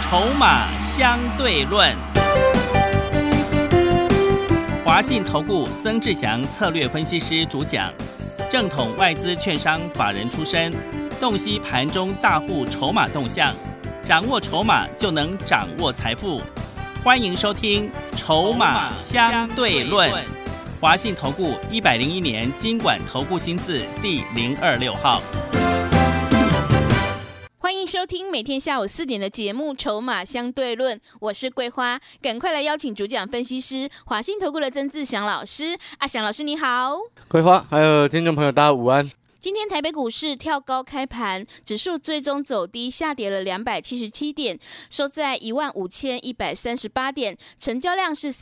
筹码相对论。华信投顾曾志祥策略分析师主讲，正统外资券商法人出身，洞悉盘中大户筹码动向，掌握筹码就能掌握财富。欢迎收听筹码相对论。华信投顾101年金管投顾新字第026号。 欢迎收听每天下午4点的节目《筹码相对论》，我是桂花，赶快来邀请主讲分析师华信投顾的曾志祥老师。阿祥老师你好。 桂花还有听众朋友大家午安。 今天台北股市跳高开盘，指数最终走低，下跌了277点，收在15138点，成交量是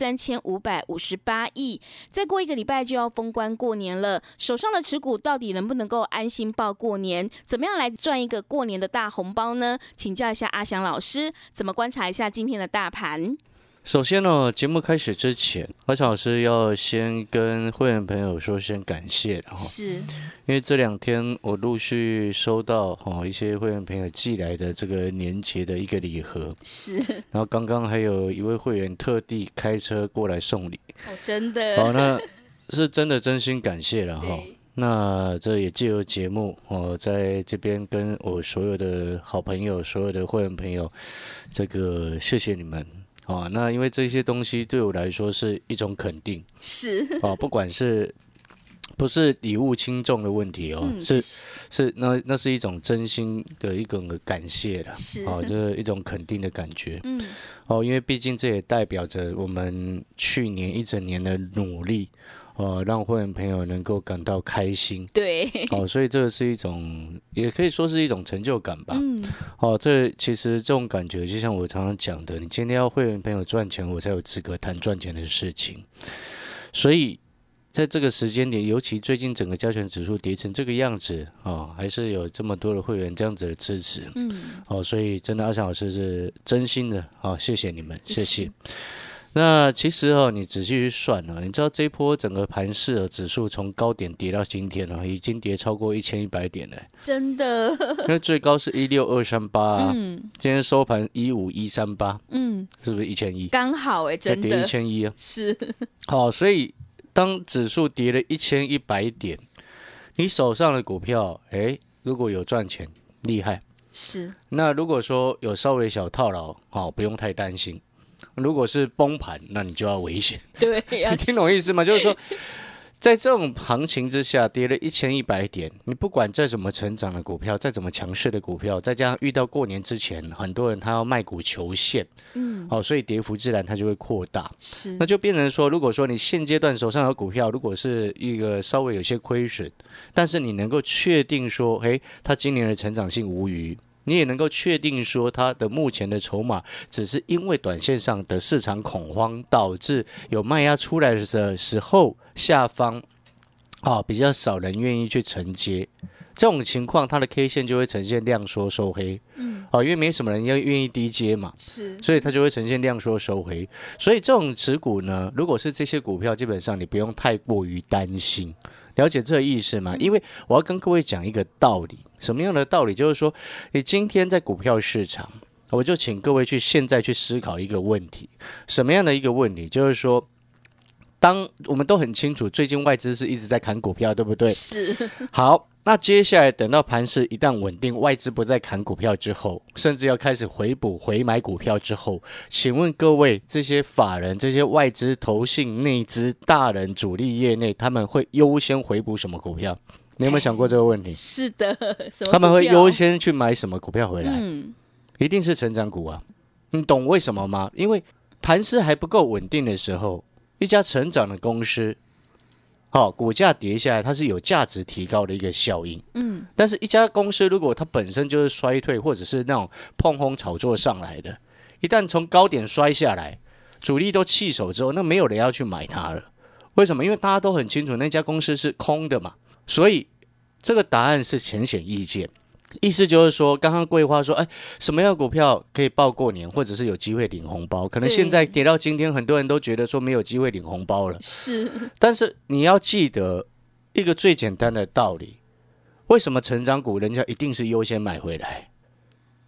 3558亿。再过一个礼拜就要封关过年了，手上的持股到底能不能够安心报过年？怎么样来赚一个过年的大红包呢？请教一下阿翔老师，怎么观察一下今天的大盘？ 首先呢，节目开始之前，阿翔老师要先跟会员朋友说声感谢， 是因为这2天我陆续收到一些会员朋友寄来的这个年节的一个礼盒， 是， 然后刚刚还有一位会员特地开车过来送礼， 真的， 那是真的真心感谢了哈。那这也借由节目，在这边跟我所有的好朋友、所有的会员朋友，这个谢谢你们。那因为这些东西对我来说是一种肯定， 是不管是不是礼物轻重的问题是那是一种真心的一种感谢了，就是一种肯定的感觉，因为毕竟这也代表着我们去年一整年的努力。让会员朋友能够感到开心， 对， 所以这个是一种，也可以说是一种成就感吧。这其实这种感觉，就像我常常讲的，你今天要会员朋友赚钱，我才有资格谈赚钱的事情。所以在这个时间点，尤其最近整个加权指数跌成这个样子，还是有这么多的会员这样子的支持，所以真的阿翔老师是真心的，谢谢你们，谢谢。那其实你仔细去算你知道这一波整个盘势指数从高点跌到今天已经跌超过1100点了，真的。因为最高是16238，今天收盘15138，是不是1100？ 刚好真的跌1100啊， 是。 所以当指数跌了1100点，你手上的股票，如果有赚钱，厉害。 是。那如果说有稍微小套牢，不用太担心。如果是崩盘，那你就要危险。 对， 你听懂意思吗？就是说，在这种行情之下，跌了1100点，你不管再怎么成长的股票，再怎么强势的股票，再加上遇到过年之前，很多人他要卖股求现，所以跌幅自然它就会扩大。 是， 那就变成说，如果说你现阶段手上有股票，如果是一个稍微有些亏损，但是你能够确定说，它今年的成长性无虞。你也能够确定说，它的目前的筹码只是因为短线上的市场恐慌导致有卖压出来的时候，下方比较少人愿意去承接，这种情况它的 K 线就会呈现量缩收黑，因为没什么人愿意低接嘛， 是， 所以它就会呈现量缩收黑。所以这种持股呢，如果是这些股票，基本上你不用太过于担心。了解这个意思吗？因为我要跟各位讲一个道理，什么样的道理？就是说，你今天在股票市场，我就请各位现在去思考一个问题，什么样的一个问题？就是说，当我们都很清楚，最近外资是一直在砍股票，对不对？ 是。 好，那接下来等到盘势一旦稳定，外资不再砍股票之后，甚至要开始回补回买股票之后，请问各位，这些法人、这些外资、投信、内资、大人、主力业内，他们会优先回补什么股票？你有没有想过这个问题？ 是的，什么股票？ 他们会优先去买什么股票回来？一定是成长股啊！你懂为什么吗？因为盘势还不够稳定的时候，一家成长的公司，股价跌下来，它是有价值提高的一个效应。但是一家公司如果它本身就是衰退，或者是那种碰轰炒作上来的，一旦从高点摔下来，主力都弃守之后，那没有人要去买它了。为什么？因为大家都很清楚那家公司是空的嘛。所以这个答案是浅显易见。意思就是说，刚刚桂花说，什么样的股票可以报过年，或者是有机会领红包？可能现在跌到今天，很多人都觉得说没有机会领红包了。 是， 但是你要记得一个最简单的道理：为什么成长股人家一定是优先买回来？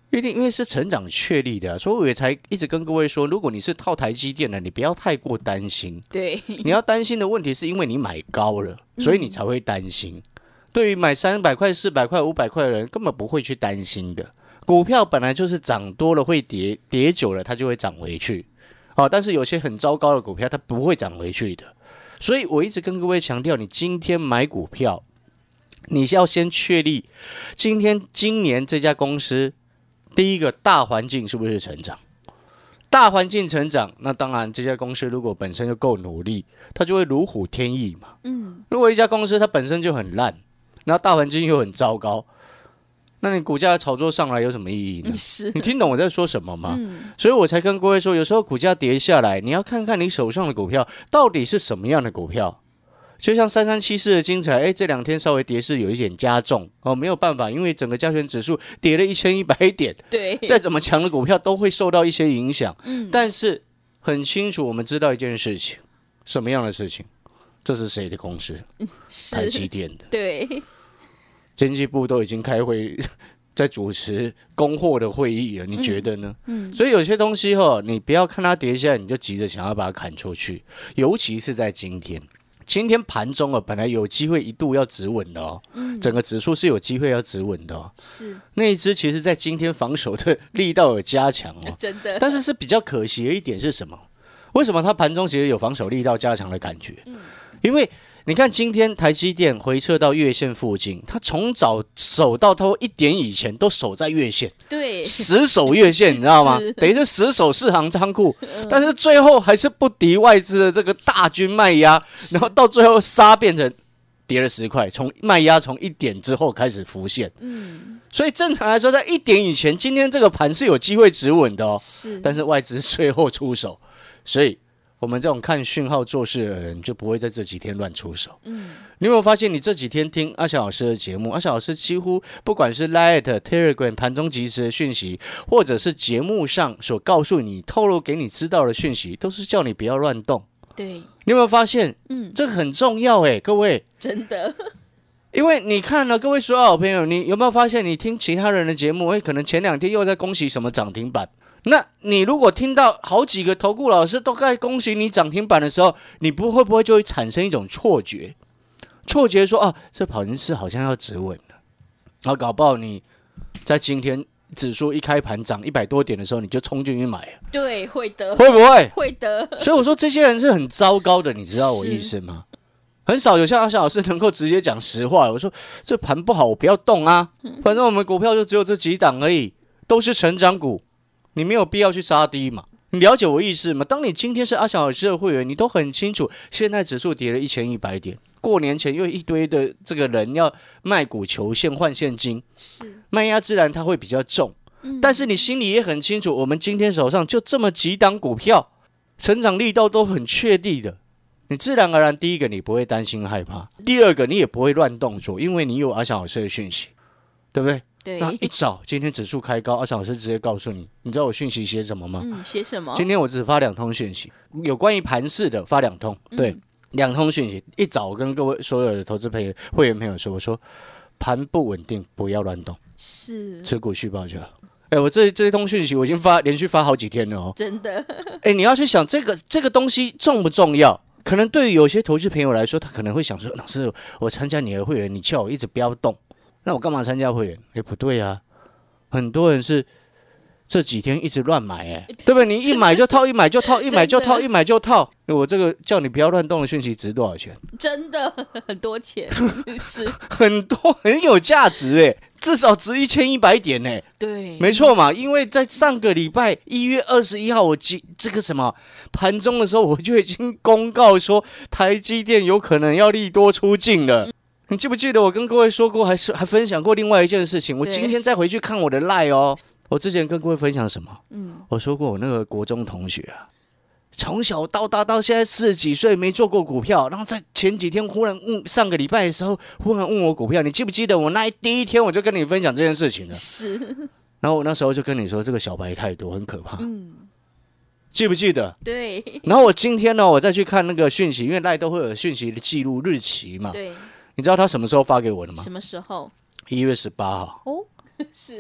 一定因为是成长确立的，所以我也才一直跟各位说，如果你是套台积电的，你不要太过担心。 对， 你要担心的问题是因为你买高了，所以你才会担心。对于买300块、400块、500块的人，根本不会去担心的。股票本来就是涨多了会跌，跌久了它就会涨回去。但是有些很糟糕的股票，它不会涨回去的。所以我一直跟各位强调，你今天买股票，你要先确立今年这家公司。第一个大环境是不是成长？大环境成长，那当然这家公司如果本身就够努力，它就会如虎添翼嘛。如果一家公司它本身就很烂，然后大环境又很糟糕，那你股价炒作上来有什么意义呢？你听懂我在说什么吗？所以我才跟各位说，有时候股价跌下来，你要看看你手上的股票到底是什么样的股票。就像3374的精彩，这2天稍微跌势有一点加重没有办法，因为整个加权指数跌了1100点， 对， 再怎么强的股票都会受到一些影响。但是很清楚，我们知道一件事情，什么样的事情？这是谁的公司？台积电的。 对， 经济部都已经开会，在主持供货的会议了，你觉得呢？所以有些东西你不要看它跌下来，你就急着想要把它砍出去，尤其是在今天盘中本来有机会一度要止稳的整个指数是有机会要止稳的是那一支其实在今天防守的力道有加强真的， 但是比较可惜的一点是什么？为什么它盘中其实有防守力道加强的感觉？因为你看今天台积电回撤到月线附近，它从早守到它1点以前都守在月线， 对， 死守月线，你知道吗？等于是死守4行仓库，但是最后还是不敌外资的这个大军卖压，然后到最后杀变成跌了10块，卖压从1点之后开始浮现。所以正常来说，在1点以前，今天这个盘是有机会止稳的但是外资最后出手，所以我们这种看讯号做事的人就不会在这几天乱出手。你有没有发现，你这几天听阿翔老师的节目，阿翔老师几乎不管是 Line、Telegram 盘中即时的讯息，或者是节目上所告诉你、透露给你知道的讯息，都是叫你不要乱动。 对， 你有没有发现？这个很重要各位， 真的。 因为你看了各位所有好朋友，你有没有发现，你听其他人的节目，可能前2天又在恭喜什么涨停板？那你如果听到好几个投顾老师都在恭喜你涨停板的时候，你会不会就会产生一种错觉？错觉说这跑人是好像要止稳了，然后搞不好你在今天指数一开盘涨100多点的时候，你就冲进去买了。 对，会的， 会不会？ 会的。 所以我说这些人是很糟糕的，你知道我意思吗？很少有像阿翔老师能够直接讲实话。我说这盘不好，我不要动啊，反正我们股票就只有这几档而已，都是成长股，你没有必要去杀低嘛。你了解我意思吗？当你今天是阿翔老师的会员，你都很清楚，现在指数跌了1100点，过年前又一堆的这个人要卖股求现换现金，卖压自然它会比较重。但是你心里也很清楚，我们今天手上就这么几档股票，成长力道都很确定的，你自然而然第一个你不会担心害怕，第二个你也不会乱动作，因为你有阿翔老师的讯息，对不对？ 对。 那一早今天指数开高，阿翔老师直接告诉你，你知道我讯息写什么吗？ 写什么？ 今天我只发2通讯息，有关于盘势的发2通，对，2通讯息。一早我跟各位所有的投资朋友、会员朋友说，我说盘不稳定，不要乱动， 是持股续报就好。我这一通讯息我已经连续发好几天了真的。 你要去想这个东西重不重要？可能对于有些投资朋友来说，他可能会想说，老师，我参加你的会员，你叫我一直不要动，那我干嘛参加会员？不对啊，很多人是这几天一直乱买对不对？你一买就套，一买就套，一买就套，一买就套。我这个叫你不要乱动的讯息值多少钱？ 真的很多钱，是很多，很有价值至少值1100点对， 没错嘛。因为在上个礼拜1月21号，我这个什么盘中的时候，我就已经公告说台积电有可能要利多出尽了。你记不记得我跟各位说过，还分享过另外一件事情？我今天再回去看我的 LINE 我之前跟各位分享什么？我说过我那个国中同学从小到大到现在40几岁没做过股票，然后在前几天忽然上个礼拜的时候忽然问我股票，你记不记得我第一天我就跟你分享这件事情了？ 是。 然后我那时候就跟你说这个小白太多，很可怕。记不记得？ 对。 然后我今天呢，我再去看那个讯息，因为LINE都会有讯息的记录日期嘛。 对。 你知道他什么时候发给我的吗？ 什么时候？1 月18号。 是。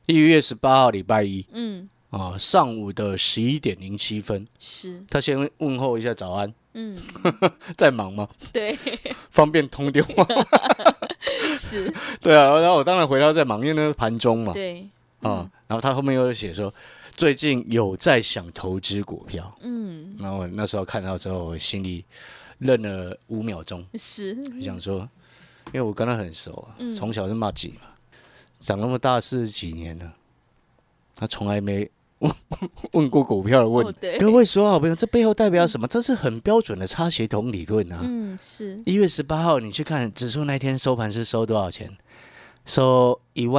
1月18号礼拜一，上午的11点07分， 是他先问候一下早安，在忙吗？ 对， 方便通电话。 是， 对啊，然后我当然回到在忙，因为那是盘中嘛， 对， 然后他后面又写说最近有在想投资股票，然后我那时候看到之后，我心里愣了5秒钟， 是， 想说，因为我跟他很熟，从小是麻吉嘛，长那么大40几年了，他从来没问过股票的问题。各位所有好朋友，这背后代表什么？这是很标准的差协同理论啊。 是 1月18号你去看指数那天收盘是收多少钱？收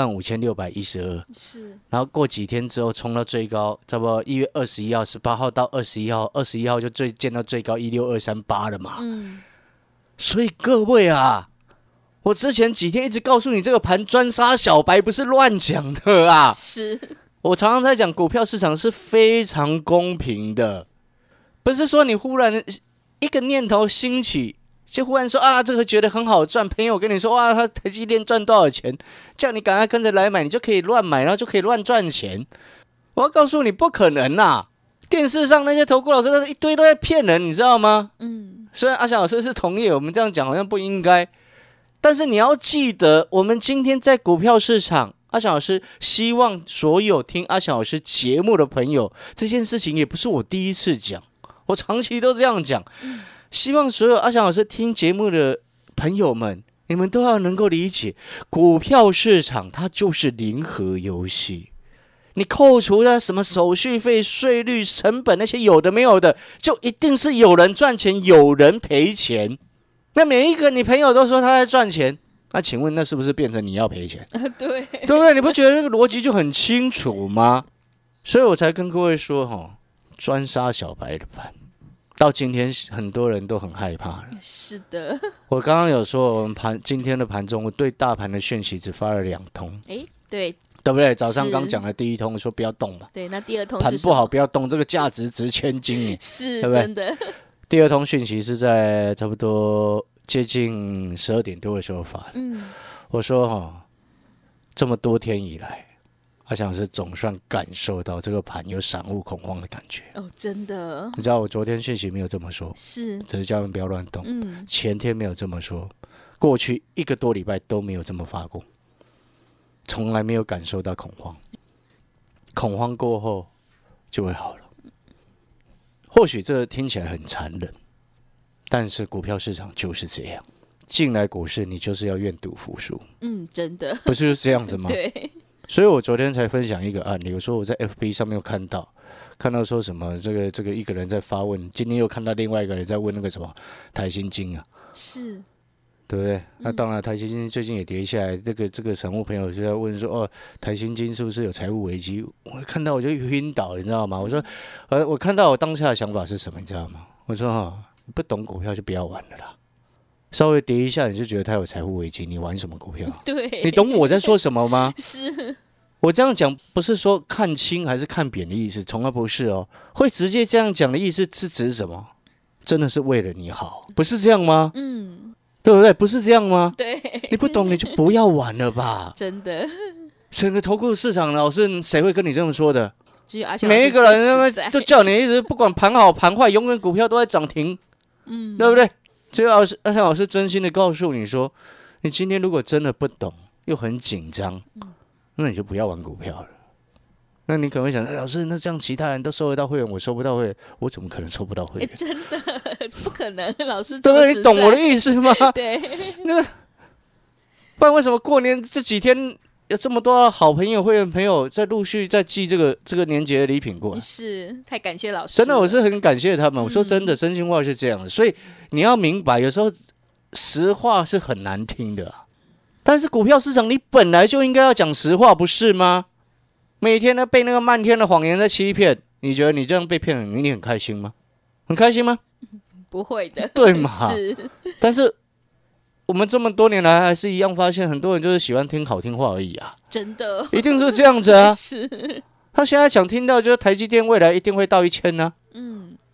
15612， 是， 然后过几天之后冲到最高，差不多1月21号，18号到21号，21号就见到最高16238了嘛。所以各位啊，我之前几天一直告诉你，这个盘专杀小白不是乱讲的啊。 是， 我常常在讲，股票市场是非常公平的，不是说你忽然一个念头兴起，就忽然说啊，这个觉得很好赚，朋友跟你说哇，他台积电赚多少钱，叫你赶快跟着来买，你就可以乱买，然后就可以乱赚钱。我要告诉你，不可能啊！电视上那些投顾老师，那一堆都在骗人，你知道吗？虽然阿翔老师是同业，我们这样讲好像不应该，但是你要记得，我们今天在股票市场，阿翔老师希望所有听阿翔老师节目的朋友，这件事情也不是我第一次讲，我长期都这样讲。希望所有阿翔老师听节目的朋友们，你们都要能够理解，股票市场它就是零和游戏。你扣除了什么手续费、税率、成本那些有的没有的，就一定是有人赚钱，有人赔钱。那每一个你朋友都说他在赚钱，那请问那是不是变成你要赔钱？ 对， 对不对？你不觉得这个逻辑就很清楚吗？所以我才跟各位说，专杀小白的盘。到今天很多人都很害怕了。 是的， 我刚刚有说，我们今天的盘中，我对大盘的讯息只发了2通。 对不对？早上刚讲的第一通说不要动嘛， 对，那第二通盘不好不要动，这个价值值千金耶， 是对不对？ 真的。 第二通讯息是在差不多接近12点多的时候发的。我说这么多天以来，阿翔是总算感受到这个盘有散户恐慌的感觉。 真的。 你知道我昨天讯息没有这么说， 是， 只是叫人不要乱动。前天没有这么说，过去1个多礼拜都没有这么发过，从来没有感受到恐慌。恐慌过后就会好了。或许这听起来很残忍，但是股票市场就是这样。进来股市，你就是要愿赌服输。 真的， 不是这样子吗？ 对。 所以我昨天才分享一个案例，我说我在 FB 上面有看到说什么这个一个人在发问，今天又看到另外一个人在问那个什么台新金啊， 是， 对不对？那当然台新金最近也跌下来，这个散户朋友就在问说，台新金是不是有财务危机？我看到我就晕倒，你知道吗？我说，我看到我当下的想法是什么，你知道吗？我说你不懂股票就不要玩了啦。稍微跌一下你就觉得它有财务危机，你玩什么股票？ 对， 你懂我在说什么吗？ 是， 我这样讲不是说看轻还是看扁的意思，从来不是哦。会直接这样讲的意思是指什么？真的是为了你好，不是这样吗？对不对？不是这样吗？ 对， 你不懂你就不要玩了吧。 真的， 整个投顾市场老师谁会跟你这么说的？ 只有阿翔每一个人就叫你一直不管盘好盘坏，永远股票都在涨停，对不对？所以阿翔老师真心的告诉你说，你今天如果真的不懂又很紧张，那你就不要玩股票了。那你可能会想，老师，那这样其他人都收得到会员，我收不到会员，我怎么可能收不到会员？ 真的不可能，老师对不对？你懂我的意思吗？ 对， 不然为什么过年这几天有这么多好朋友、会员朋友在陆续在寄这个年节的礼品过来？ 是，太感谢老师。 真的，我是很感谢他们。我说真的，真心话是这样的。所以你要明白，有时候实话是很难听的但是股票市场你本来就应该要讲实话，不是吗？每天呢被那个漫天的谎言在欺骗，你觉得你这样被骗了，你很开心吗？很开心吗？ 不会的， 对嘛？ 是。 但是我们这么多年来还是一样发现，很多人就是喜欢听好听话而已啊。 真的， 一定是这样子啊。 是。 他现在想听到就是台积电未来一定会到1000呢。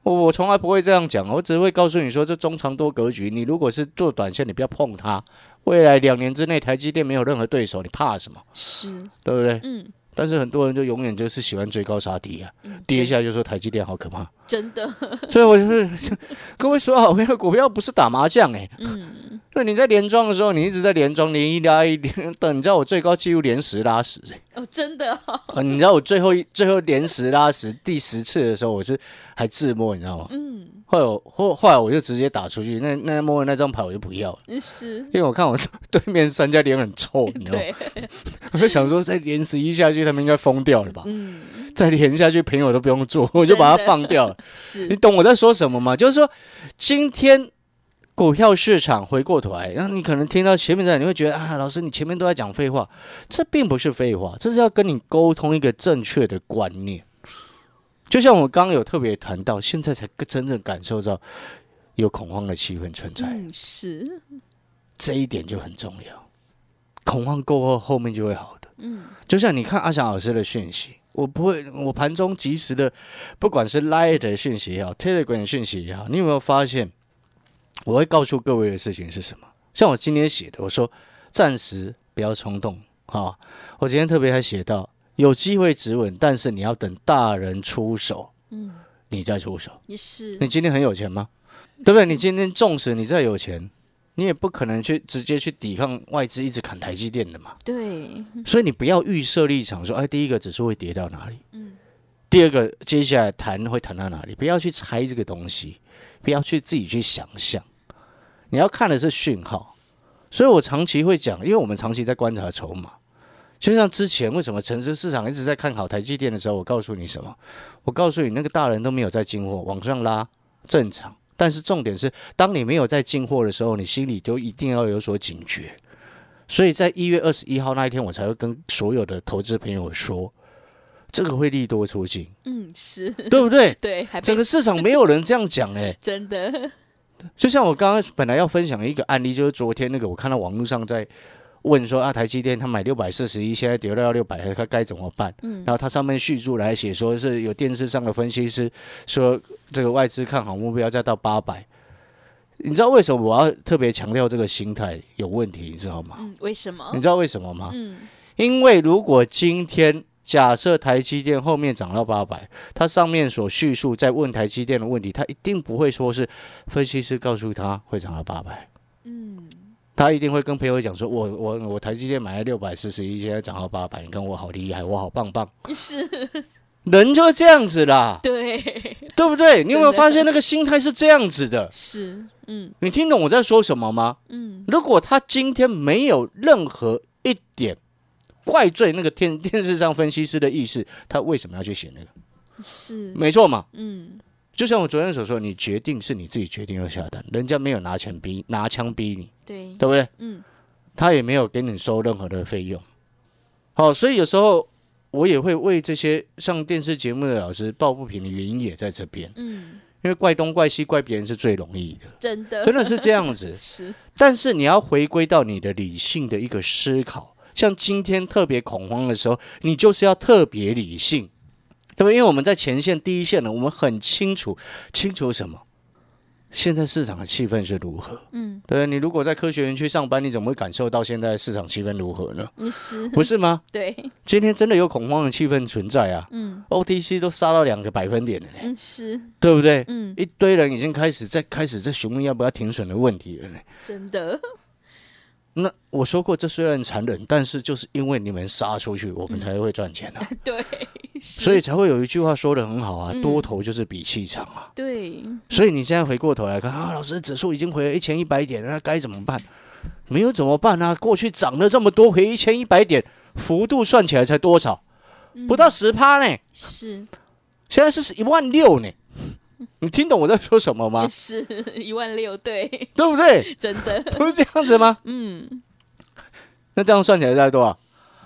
我从来不会这样讲，我只会告诉你说，这中长多格局，你如果是做短线，你不要碰它。未来2年之内，台积电没有任何对手，你怕什么？ 是， 对不对？但是很多人就永远就是喜欢追高杀低啊，跌下来就说台积电好可怕， 真的。 所以我就是各位说好，那个股票不是打麻将对，你在连庄的时候，你一直在连庄，连一拉一连，等你知道我最高纪录连10拉10 真的你知道我最后连10拉10第10次的时候，我是还自摸，你知道吗？后来我就直接打出去，那摸的那张牌我就不要了， 是， 因为我看我对面3家脸很臭，你知道吗？我就想说再连11下去，他们应该疯掉了吧？再连下去，朋友都不用做，我就把它放掉了。 是， 你懂我在说什么吗？就是说今天股票市场回过头来，然后你可能听到前面的，你会觉得啊，老师你前面都在讲废话，这并不是废话，这是要跟你沟通一个正确的观念。就像我刚刚有特别谈到，现在才真正感受到有恐慌的气氛存在， 是， 这一点就很重要。恐慌过后，后面就会好的。就像你看阿翔老师的讯息，我盘中及时的，不管是 Line 的讯息也好 ，Telegram 的讯息也好，你有没有发现，我会告诉各位的事情是什么？像我今天写的，我说暂时不要冲动我今天特别还写到，有机会止稳，但是你要等大人出手，你再出手。你今天很有钱吗？对不对？你今天纵使你再有钱，你也不可能直接去抵抗外资一直砍台积电的嘛。 对， 所以你不要预设立场说，第一个指数会跌到哪里，第二个接下来会谈到哪里，不要去猜这个东西，不要去自己去想象，你要看的是讯号。所以我长期会讲，因为我们长期在观察筹码。就像之前为什么城市市场一直在看好台积电的时候，我告诉你什么？我告诉你那个大人都没有在进货，往上拉正常。但是重点是，当你没有在进货的时候，你心里就一定要有所警觉。所以在1月21号那一天，我才会跟所有的投资朋友说，这个会利多出尽。 是， 对不对？ 对， 整个市场没有人这样讲真的。 就像我刚刚本来要分享一个案例，就是昨天那个我看到网络上在问说台积电他买641，现在跌到600，他该怎么办？然后他上面叙述来写说是有电视上的分析师说这个外资看好目标再到800。你知道为什么我要特别强调这个心态有问题？你知道吗？ 为什么？ 你知道为什么吗？因为如果今天假设台积电后面涨到800，他上面所叙述在问台积电的问题，他一定不会说是分析师告诉他会涨到800。他一定会跟朋友讲说，我台积电买了641，现在涨到800，你看我好厉害，我好棒棒。 是， 人就是这样子啦， 对不对？你有没有发现那个心态是这样子的？ 是， 你听懂我在说什么吗？如果他今天没有任何一点怪罪那个电视上分析师的意思，他为什么要去写那个？ 是， 没错嘛。就像我昨天所说，你决定是你自己决定要下单，人家没有拿枪逼你，对不对？他也没有给你收任何的费用。好，所以有时候我也会为这些上电视节目的老师抱不平的原因也在这边。因为怪东怪西怪别人是最容易的，真的是这样子。 是， 但是你要回归到你的理性的一个思考。像今天特别恐慌的时候，你就是要特别理性。对吧？因为我们在前线第一线呢，我们很清楚什么？现在市场的气氛是如何？对，你如果在科学园区上班，你怎么会感受到现在市场气氛如何呢？不是吗？ 对， 今天真的有恐慌的气氛存在啊。OTC 都杀到2个百分点了呢。 是， 对不对？一堆人已经开始在询问要不要停损的问题了呢。 真的。 那我说过，这虽然残忍，但是就是因为你们杀出去，我们才会赚钱啊。 对， 所以才会有一句话说得很好啊，多头就是比气场啊。 对， 所以你现在回过头来看老师指数已经回了1100点，那该怎么办？没有怎么办啊？过去涨了这么多，回1100点，幅度算起来才多少？不到10%呢。 是， 现在是16000呢。你听懂我在说什么吗？ 是16000，对不对？ 真的不是这样子吗？那这样算起来大概多少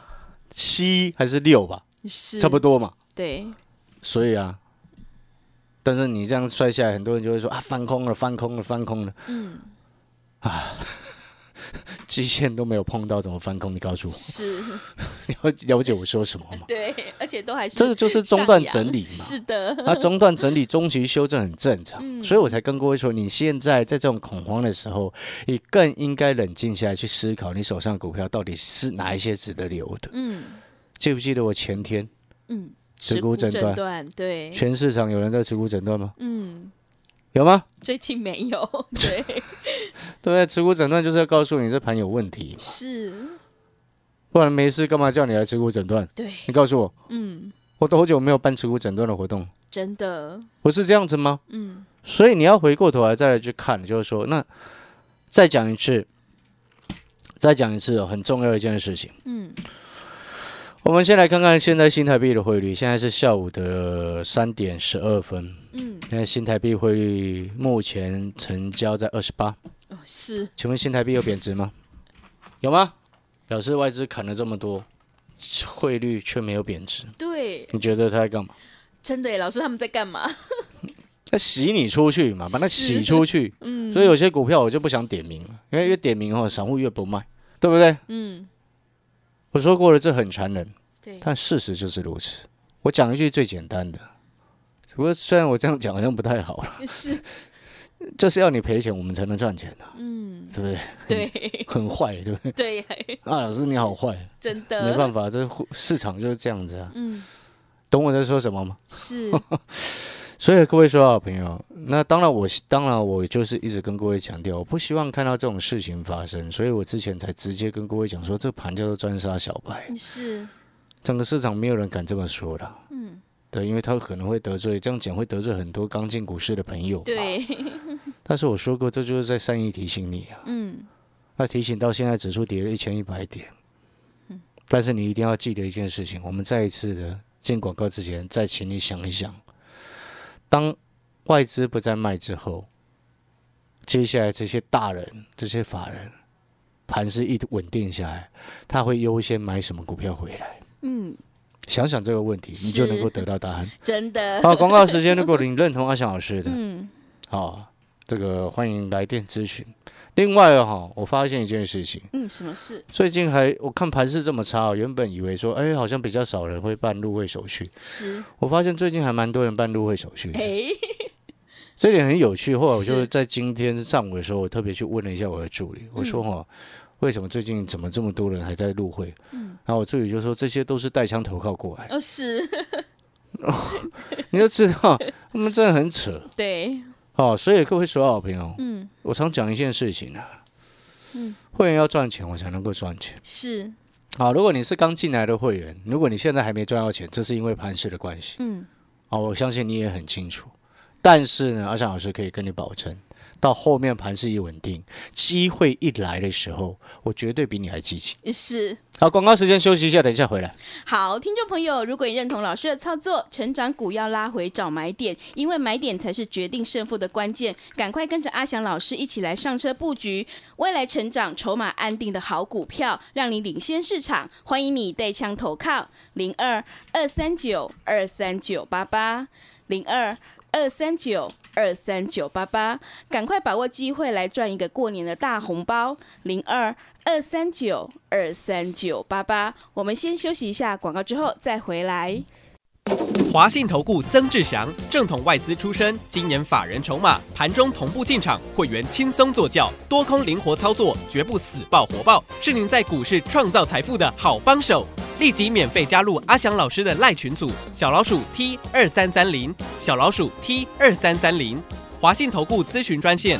？7还是6吧？ 是， 差不多嘛。 对。 所以啊，但是你这样摔下来，很多人就会说翻空了。 基线都没有碰到，怎么翻空？你告诉我， 是， 你要了解我说什么吗？ 对，而且都还是这个就是中段整理嘛。 是的， 中段整理、中期修正很正常，所以我才跟各位说，你现在在这种恐慌的时候，你更应该冷静下来去思考，你手上的股票到底是哪一些值得留的。记不记得我前天持股诊断？ 对， 全市场有人在持股诊断吗？有吗？ 最近没有，对， 对，持股诊断就是要告诉你这盘有问题， 是， 不然没事干嘛叫你来持股诊断？ 对， 你告诉我，我多久没有办持股诊断的活动？ 真的， 不是这样子吗？所以你要回过头来再来去看，就是说，那再讲一次哦，很重要一件事情。我们先来看看现在新台币的汇率，现在是下午的3点12分。现在新台币汇率目前成交在28。 是。请问新台币有贬值吗？有吗？表示外资砍了这么多，汇率却没有贬值。 对。 你觉得他在干嘛？ 真的耶，老师他们在干嘛？ 他洗你出去嘛，把它洗出去。所以有些股票我就不想点名了，因为越点名散户越不卖，对不对？我说过了，这很残忍。但事实就是如此。我讲一句最简单的，不过虽然我这样讲好像不太好了， 是， 就是要你赔钱，我们才能赚钱的，对不对？ 对， 很坏，对不对？ 对。 老师你好坏， 真的， 没办法，这市场就是这样子啊。懂我在说什么吗？ 是。 所以各位说好朋友，那当然我就是一直跟各位强调，我不希望看到这种事情发生，所以我之前才直接跟各位讲说，这盘叫做专杀小白。 是。 整个市场没有人敢这么说的，对，因为他可能会得罪，这样讲会得罪很多刚进股市的朋友。 对。 但是我说过，这就是在善意提醒你啊。那提醒到现在指数跌了1100点，但是你一定要记得一件事情，我们再一次的进广告之前，再请你想一想，当外资不再卖之后，接下来这些大人、这些法人，盘势一稳定下来，他会优先买什么股票回来？想想这个问题，你就能够得到答案。 真的。 好，广告时间，如果你认同阿翔老师的，好，这个欢迎来电咨询。另外我发现一件事情， 什么事？ 最近我看盘势这么差，原本以为说，好像比较少人会办入会手续。 是。 我发现最近还蛮多人办入会手续。这点很有趣。后来我就在今天上午的时候，我特别去问了一下我的助理，我说为什么最近怎么这么多人还在入会？然后我助理就说这些都是带枪投靠过来。 是。 你就知道他们真的很扯。 对。 所以各位所有好朋友，我常讲一件事情啊，会员要赚钱，我才能够赚钱。 是。 好，如果你是刚进来的会员，如果你现在还没赚到钱，这是因为盘势的关系。我相信你也很清楚。但是呢，阿翔老师可以跟你保证，到后面盘势一稳定，机会一来的时候，我绝对比你还积极。 是。 好，广告时间休息一下，等一下回来。 好，听众朋友，如果你认同老师的操作，成长股要拉回找买点，因为买点才是决定胜负的关键。赶快跟着阿翔老师一起来上车布局未来成长、筹码安定的好股票，让你领先市场。欢迎你带枪投靠02-239-2398802-239-23988，赶快把握机会来赚一个过年的大红包。02-239-23988。我们先休息一下广告，之后再回来。 华信投顾曾志祥，正统外资出身，今年法人筹码，盘中同步进场，会员轻松做教，多空灵活操作，绝不死抱活抱，是您在股市创造财富的好帮手。立即免费加入阿翔老师的赖群组，小老鼠 T2330，小老鼠 T2330，华信投顾咨询专线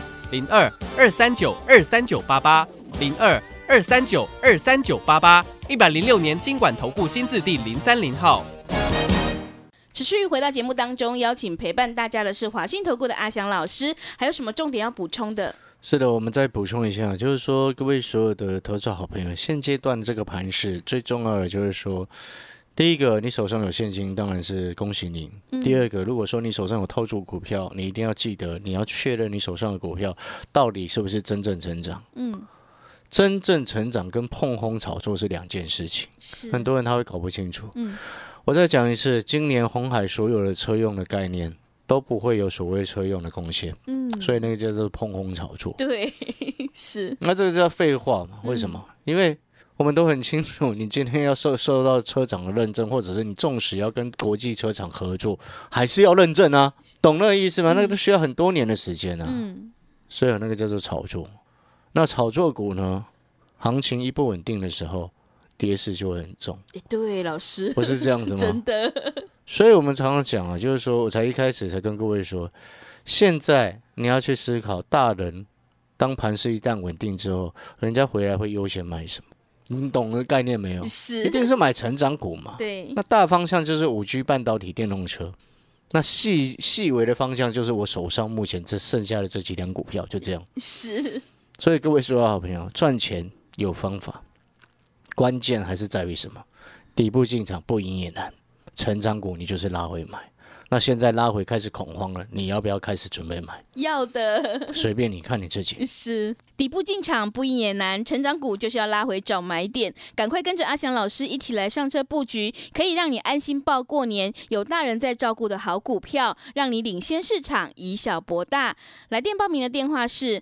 02-239-23988，02-239-23988，106年金管投顾新字第030号。 持续回到节目当中，邀请陪伴大家的是华信投顾的阿翔老师，还有什么重点要补充的？ 是的，我们再补充一下，就是说各位所有的投资好朋友，现阶段这个盘势最重要的就是说，第一个，你手上有现金，当然是恭喜你。第二个，如果说你手上有套住股票，你一定要记得，你要确认你手上的股票到底是不是真正成长。真正成长跟碰轰炒作是两件事情，很多人他会搞不清楚。我再讲一次，今年鸿海所有的车用的概念， 都不会有所谓车用的贡献，所以那个叫做碰轰炒作。 对，是。 那这个叫废话嘛？为什么？因为我们都很清楚，你今天要受到车厂的认证，或者是你纵使要跟国际车厂合作，还是要认证啊，懂那个意思吗？那个都需要很多年的时间啊。所以那个叫做炒作。那炒作股呢，行情一不稳定的时候，跌势就会很重。 对，老师， 不是这样子吗？ 真的。 所以我们常常讲啊，就是说我才一开始才跟各位说，现在你要去思考，大人当盘势一旦稳定之后，人家回来会优先买什么？你懂的概念没有？ 是， 一定是买成长股嘛。 对。 那大方向就是 5G 半导体电动车，那细微的方向就是我手上目前这剩下的这几档股票，就这样。 是。 所以各位说好朋友，赚钱有方法，关键还是在于什么？底部进场不赢也难。成长股你就是拉回买，那现在拉回开始恐慌了，你要不要开始准备买？ 要的， 随便你看你自己。 是，底部进场不赢也难，成长股就是要拉回找买点，赶快跟着阿翔老师一起来上车布局，可以让你安心报过年，有大人在照顾的好股票，让你领先市场，以小博大。来电报名的电话是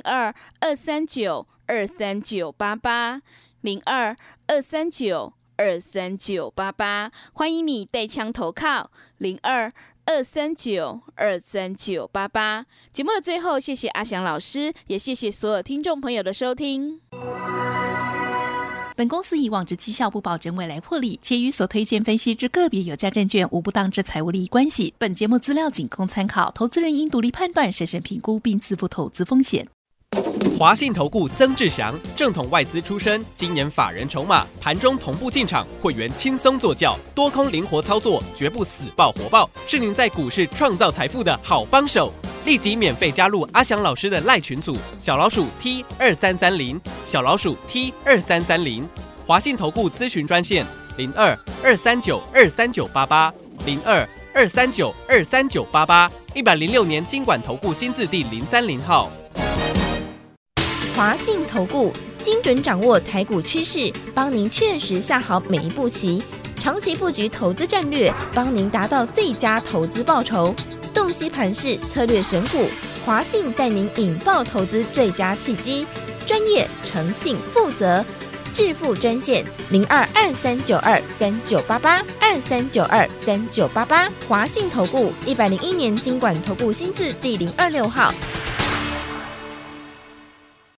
02-239-23988，02-239-23988，欢迎你带枪投靠02-239-23988。节目的最后，谢谢阿翔老师，也谢谢所有听众朋友的收听。 本公司以往之绩效不保证未来获利，且与所推荐分析之个别有价证券无不当之财务利益关系。本节目资料仅供参考，投资人应独立判断、审慎评估并自负投资风险。 华信投顾曾志祥，正统外资出身，今年法人筹码，盘中同步进场，会员轻松做教，多空灵活操作，绝不死抱活抱，是您在股市创造财富的好帮手。立即免费加入阿翔老师的赖群组，小老鼠 T2330，小老鼠 T2330，华信投顾咨询专线02-239-23988，02-239-23988，106年金管投顾新字第030号。 华信投顾精准掌握台股趋势，帮您确实下好每一步棋，长期布局投资战略，帮您达到最佳投资报酬。洞悉盘势，策略选股，华信带您引爆投资最佳契机，专业、诚信、负责。致富专线02-2392-3988，2392-3988，华信投顾101年金管投顾新字第026号。